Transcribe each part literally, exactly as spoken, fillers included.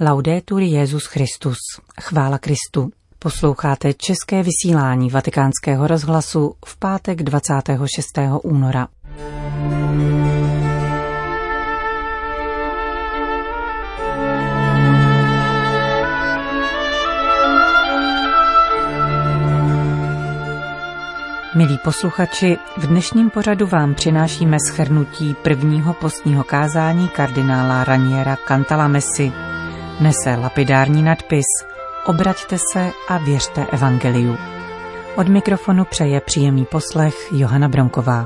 Laudetur Jesus Christus. Chvála Kristu. Posloucháte české vysílání Vatikánského rozhlasu v pátek dvacátého šestého února. Milí posluchači, v dnešním pořadu vám přinášíme shrnutí prvního postního kázání kardinála Raniera Cantalamessy. Nese lapidární nadpis Obraťte se a věřte evangeliu. Od mikrofonu přeje příjemný poslech Johana Bronková.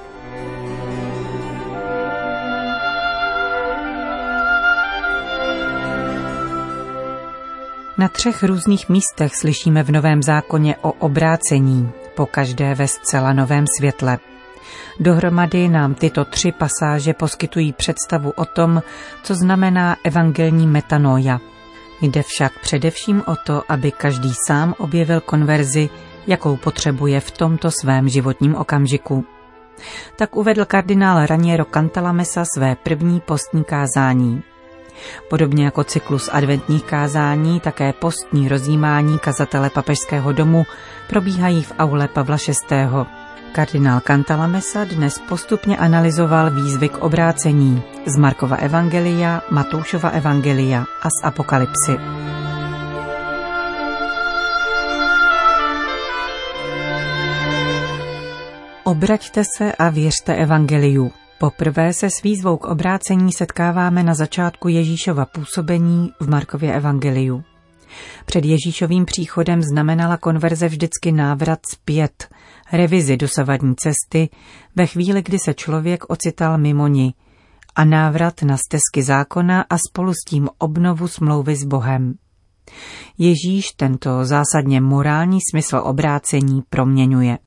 Na třech různých místech slyšíme v Novém zákoně o obrácení, pokaždé ve zcela novém světle. Dohromady nám tyto tři pasáže poskytují představu o tom, co znamená evangelní metanoia. Jde však především o to, aby každý sám objevil konverzi, jakou potřebuje v tomto svém životním okamžiku. Tak uvedl kardinál Raniero Cantalamessa své první postní kázání. Podobně jako cyklus adventních kázání, také postní rozjímání kazatele Papežského domu probíhají v aule Pavla šestého. Kardinál Cantalamessa dnes postupně analyzoval výzvy k obrácení z Markova evangelia, Matoušova evangelia a z Apokalypsy. Obraťte se a věřte evangeliu. Poprvé se s výzvou k obrácení setkáváme na začátku Ježíšova působení v Markově evangeliu. Před Ježíšovým příchodem znamenala konverze vždycky návrat zpět, revizi dosavadní cesty, ve chvíli, kdy se člověk ocital mimo ni, a návrat na stezky zákona a spolu s tím obnovu smlouvy s Bohem. Ježíš tento zásadně morální smysl obrácení proměňuje.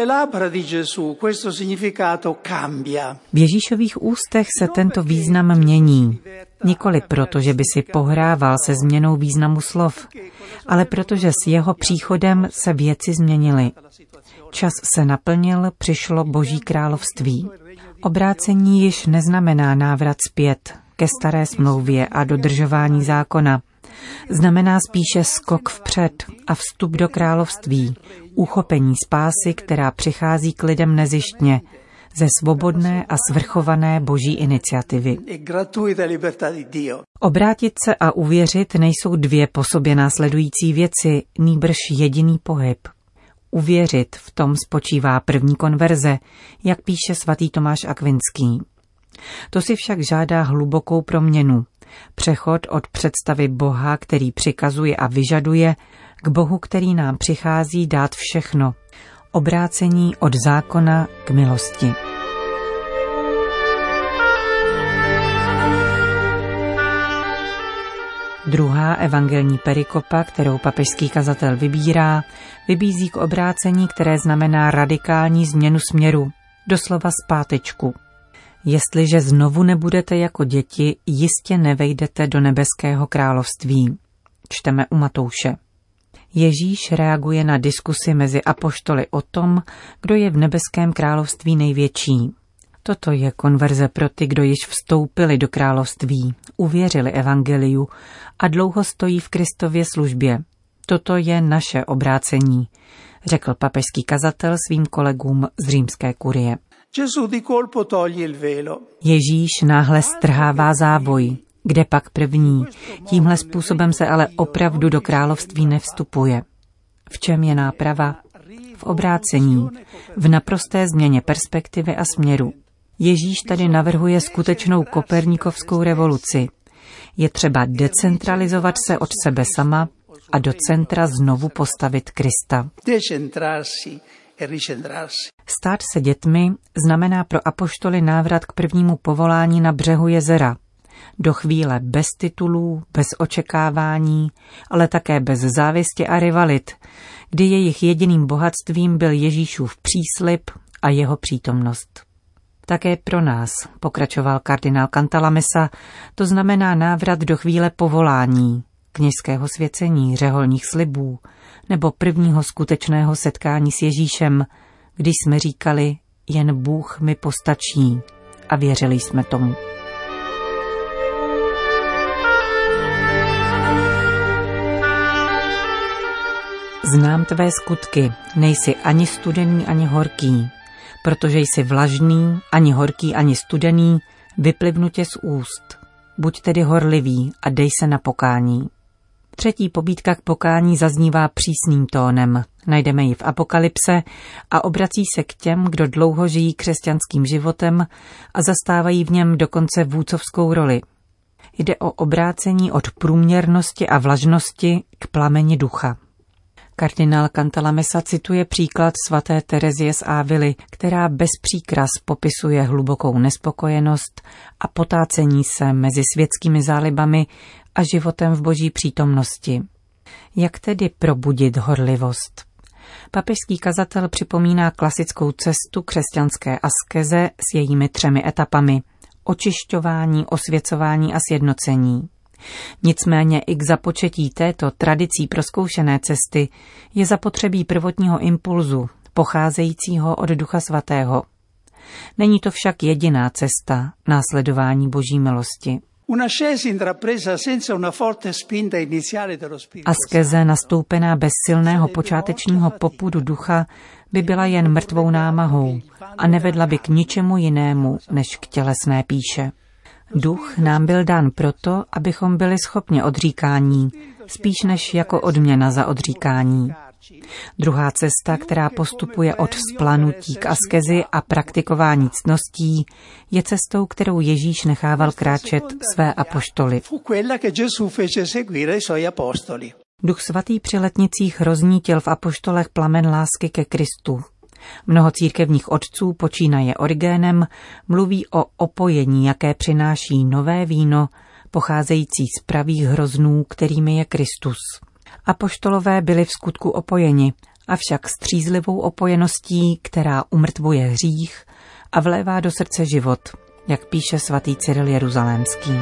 V Ježíšových ústech se tento význam mění. Nikoli proto, že by si pohrával se změnou významu slov, ale protože s jeho příchodem se věci změnily. Čas se naplnil, přišlo Boží království. Obrácení již neznamená návrat zpět ke staré smlouvě a dodržování zákona. Znamená spíše skok vpřed a vstup do království, uchopení spásy, která přichází k lidem nezištně, ze svobodné a svrchované Boží iniciativy. Obrátit se a uvěřit nejsou dvě po sobě následující věci, nýbrž jediný pohyb. Uvěřit, v tom spočívá první konverze, jak píše svatý Tomáš Akvinský. To si však žádá hlubokou proměnu, přechod od představy Boha, který přikazuje a vyžaduje, k Bohu, který nám přichází dát všechno. Obrácení od zákona k milosti. Druhá evangelní perikopa, kterou papežský kazatel vybírá, vybízí k obrácení, které znamená radikální změnu směru, doslova zpátečku. Jestliže znovu nebudete jako děti, jistě nevejdete do nebeského království. Čteme u Matouše. Ježíš reaguje na diskusi mezi apoštoly o tom, kdo je v nebeském království největší. Toto je konverze pro ty, kdo již vstoupili do království, uvěřili evangeliu a dlouho stojí v Kristově službě. Toto je naše obrácení, řekl papežský kazatel svým kolegům z římské kurie. Ježíš náhle strhává závoj, kde pak první. Tímhle způsobem se ale opravdu do království nevstupuje. V čem je náprava? V obrácení, v naprosté změně perspektivy a směru. Ježíš tady navrhuje skutečnou koperníkovskou revoluci. Je třeba decentralizovat se od sebe sama a do centra znovu postavit Krista. Stát se dětmi znamená pro apoštoly návrat k prvnímu povolání na břehu jezera. Do chvíle bez titulů, bez očekávání, ale také bez závisti a rivalit, kdy jejich jediným bohatstvím byl Ježíšův příslib a jeho přítomnost. Také pro nás, pokračoval kardinál Cantalamessa, to znamená návrat do chvíle povolání, kněžského svěcení, řeholních slibů, nebo prvního skutečného setkání s Ježíšem, když jsme říkali, jen Bůh mi postačí, a věřili jsme tomu. Znám tvé skutky, nejsi ani studený, ani horký, protože jsi vlažný, ani horký, ani studený, vyplivnu tě z úst. Buď tedy horlivý a dej se na pokání. Třetí pobídka k pokání zaznívá přísným tónem. Najdeme ji v Apokalypse a obrací se k těm, kdo dlouho žijí křesťanským životem a zastávají v něm dokonce vůdcovskou roli. Jde o obrácení od průměrnosti a vlažnosti k plameni ducha. Kardinál Cantalamessa cituje příklad svaté Terezie z Ávily, která bez příkras popisuje hlubokou nespokojenost a potácení se mezi světskými zálibami a životem v boží přítomnosti. Jak tedy probudit horlivost? Papežský kazatel připomíná klasickou cestu křesťanské askeze s jejími třemi etapami – očišťování, osvěcování a sjednocení. Nicméně i k započetí této tradicí prozkoušené cesty je zapotřebí prvotního impulzu, pocházejícího od Ducha Svatého. Není to však jediná cesta následování boží milosti. Askeze nastoupená bez silného počátečního popudu ducha by byla jen mrtvou námahou a nevedla by k ničemu jinému než k tělesné pýše. Duch nám byl dán proto, abychom byli schopni odříkání, spíš než jako odměna za odříkání. Druhá cesta, která postupuje od vzplanutí k askezi a praktikování ctností, je cestou, kterou Ježíš nechával kráčet své apoštoly. Duch svatý při letnicích roznítil v apoštolech plamen lásky ke Kristu. Mnoho církevních otců, počínaje Origénem, mluví o opojení, jaké přináší nové víno, pocházející z pravých hroznů, kterými je Kristus. Apoštolové byli v skutku opojeni, avšak střízlivou opojeností, která umrtvuje hřích a vlévá do srdce život, jak píše svatý Cyril Jeruzalémský.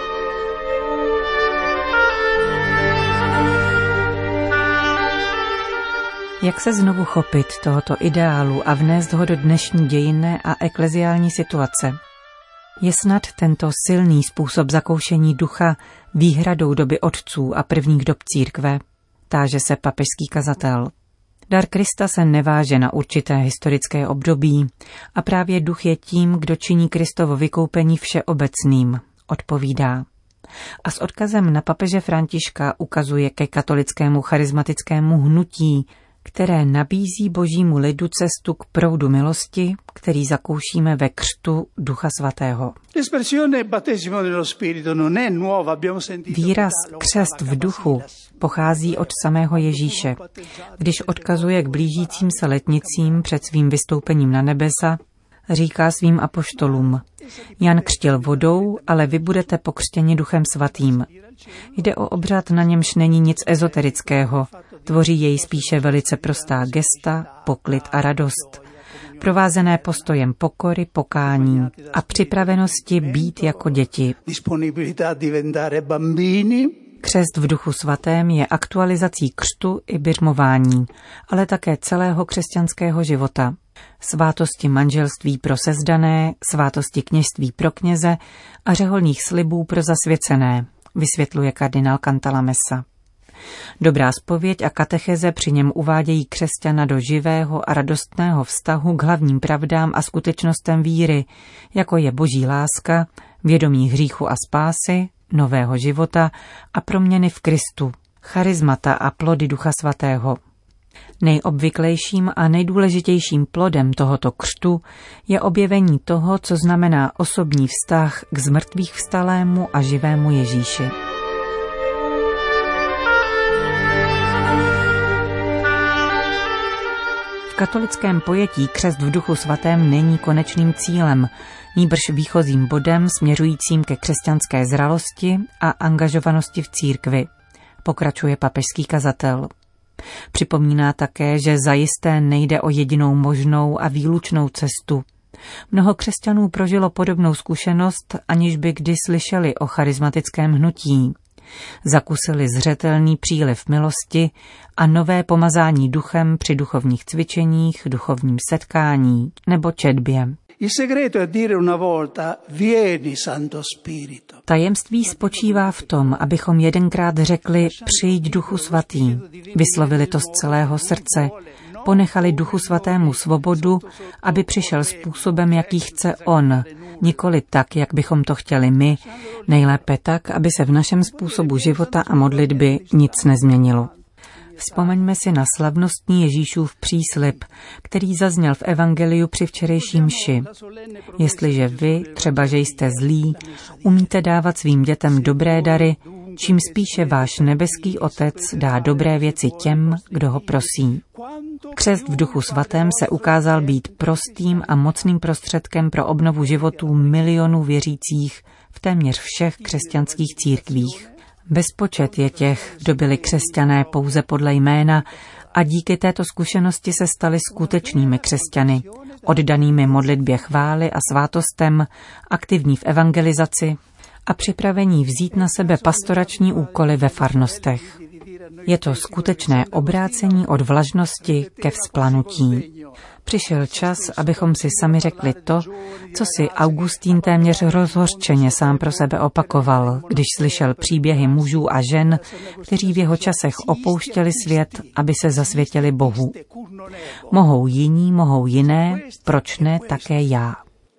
Jak se znovu chopit tohoto ideálu a vnést ho do dnešní dějinné a ekleziální situace? Je snad tento silný způsob zakoušení ducha výhradou doby otců a prvních dob církve? Táže se papežský kazatel. Dar Krista se neváže na určité historické období a právě duch je tím, kdo činí Kristovo vykoupení všeobecným, odpovídá. A s odkazem na papeže Františka ukazuje ke katolickému charismatickému hnutí, které nabízí božímu lidu cestu k proudu milosti, který zakoušíme ve křtu Ducha Svatého. Výraz křest v duchu pochází od samého Ježíše, když odkazuje k blížícím se letnicím před svým vystoupením na nebesa, říká svým apoštolům: Jan křtil vodou, ale vy budete pokřtěni Duchem Svatým. Jde o obřad, na němž není nic ezoterického, tvoří jej spíše velice prostá gesta, poklid a radost, provázené postojem pokory, pokání a připravenosti být jako děti. Křest v Duchu Svatém je aktualizací křtu i birmování, ale také celého křesťanského života. Svátosti manželství pro sezdané, svátosti kněžství pro kněze a řeholních slibů pro zasvěcené, vysvětluje kardinál Cantalamessa. Dobrá zpověď a katecheze při něm uvádějí křesťana do živého a radostného vztahu k hlavním pravdám a skutečnostem víry, jako je boží láska, vědomí hříchu a spásy, nového života a proměny v Kristu, charismata a plody Ducha Svatého. Nejobvyklejším a nejdůležitějším plodem tohoto křtu je objevení toho, co znamená osobní vztah k zmrtvých vstalému a živému Ježíši. V katolickém pojetí křest v Duchu Svatém není konečným cílem, nýbrž výchozím bodem směřujícím ke křesťanské zralosti a angažovanosti v církvi, pokračuje papežský kazatel. Připomíná také, že zajisté nejde o jedinou možnou a výlučnou cestu. Mnoho křesťanů prožilo podobnou zkušenost, aniž by kdy slyšeli o charismatickém hnutí. Zakusili zřetelný příliv milosti a nové pomazání duchem při duchovních cvičeních, duchovním setkání nebo četbě. Tajemství spočívá v tom, abychom jedenkrát řekli přijď Duchu Svatý, vyslovili to z celého srdce, ponechali Duchu Svatému svobodu, aby přišel způsobem, jaký chce on, nikoli tak, jak bychom to chtěli my, nejlépe tak, aby se v našem způsobu života a modlitby nic nezměnilo. Vzpomeňme si na slavnostní Ježíšův příslib, který zazněl v evangeliu při včerejší mši. Jestliže vy, třeba že jste zlí, umíte dávat svým dětem dobré dary, čím spíše váš nebeský Otec dá dobré věci těm, kdo ho prosí. Křest v Duchu Svatém se ukázal být prostým a mocným prostředkem pro obnovu životů milionů věřících v téměř všech křesťanských církvích. Bezpočet je těch, kdo byli křesťané pouze podle jména a díky této zkušenosti se stali skutečnými křesťany, oddanými modlitbě chvály a svátostem, aktivní v evangelizaci a připravení vzít na sebe pastorační úkoly ve farnostech. Je to skutečné obrácení od vlažnosti ke vzplanutí. Přišel čas, abychom si sami řekli to, co si Augustín téměř rozhořčeně sám pro sebe opakoval, když slyšel příběhy mužů a žen, kteří v jeho časech opouštěli svět, aby se zasvětili Bohu. Mohou jiní, mohou jiné, proč ne také já?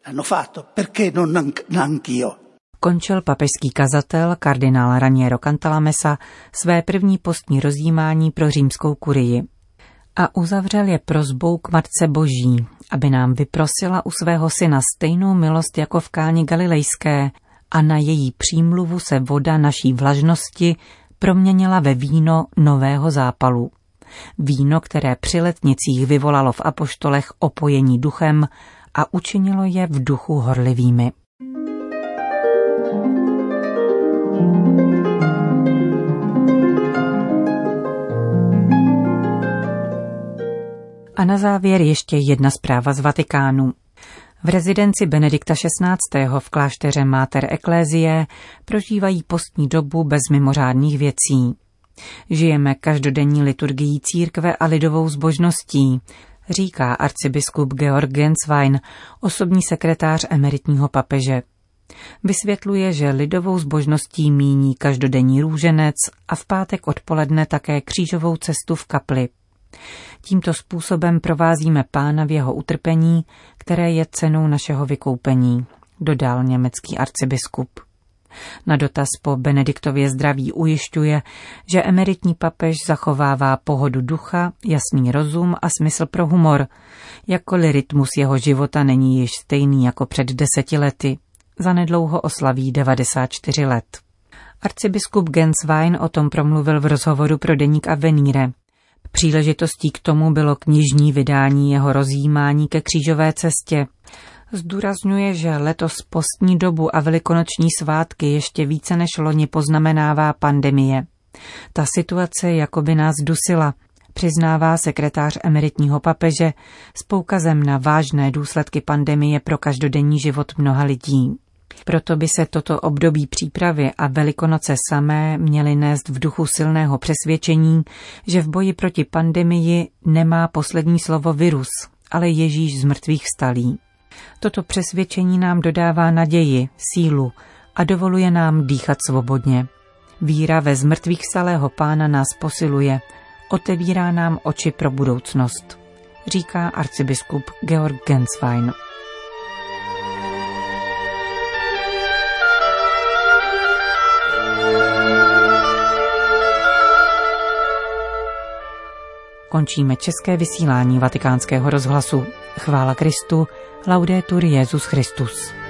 Končil papežský kazatel kardinál Raniero Cantalamessa své první postní rozjímání pro římskou kurii. A uzavřel je prosbou k Matce Boží, aby nám vyprosila u svého syna stejnou milost jako v Káni Galilejské a na její přímluvu se voda naší vlažnosti proměnila ve víno nového zápalu. Víno, které při letnicích vyvolalo v apoštolech opojení duchem a učinilo je v duchu horlivými. A na závěr ještě jedna zpráva z Vatikánu. V rezidenci Benedikta šestnáctého v klášteře Mater Ecclesiae prožívají postní dobu bez mimořádných věcí. Žijeme každodenní liturgií církve a lidovou zbožností, říká arcibiskup Georg Genswein, osobní sekretář emeritního papeže. Vysvětluje, že lidovou zbožností míní každodenní růženec a v pátek odpoledne také křížovou cestu v kapli. Tímto způsobem provázíme Pána v jeho utrpení, které je cenou našeho vykoupení, dodal německý arcibiskup. Na dotaz po Benediktově zdraví ujišťuje, že emeritní papež zachovává pohodu ducha, jasný rozum a smysl pro humor, jakkoliv rytmus jeho života není již stejný jako před deseti lety. Zanedlouho oslaví devadesát čtyři let. Arcibiskup Genswein o tom promluvil v rozhovoru pro deník Avvenire. Příležitostí k tomu bylo knižní vydání jeho rozjímání ke křížové cestě. Zdůrazňuje, že letos postní dobu a velikonoční svátky ještě více než loni poznamenává pandemie. Ta situace jakoby nás dusila, přiznává sekretář emeritního papeže s poukazem na vážné důsledky pandemie pro každodenní život mnoha lidí. Proto by se toto období přípravy a Velikonoce samé měly nést v duchu silného přesvědčení, že v boji proti pandemii nemá poslední slovo virus, ale Ježíš z mrtvých vstalý. Toto přesvědčení nám dodává naději, sílu a dovoluje nám dýchat svobodně. Víra ve zmrtvých vstalého Pána nás posiluje, otevírá nám oči pro budoucnost, říká arcibiskup Georg Genswein. Končíme české vysílání Vatikánského rozhlasu. Chvála Kristu, laudetur Jesus Christus.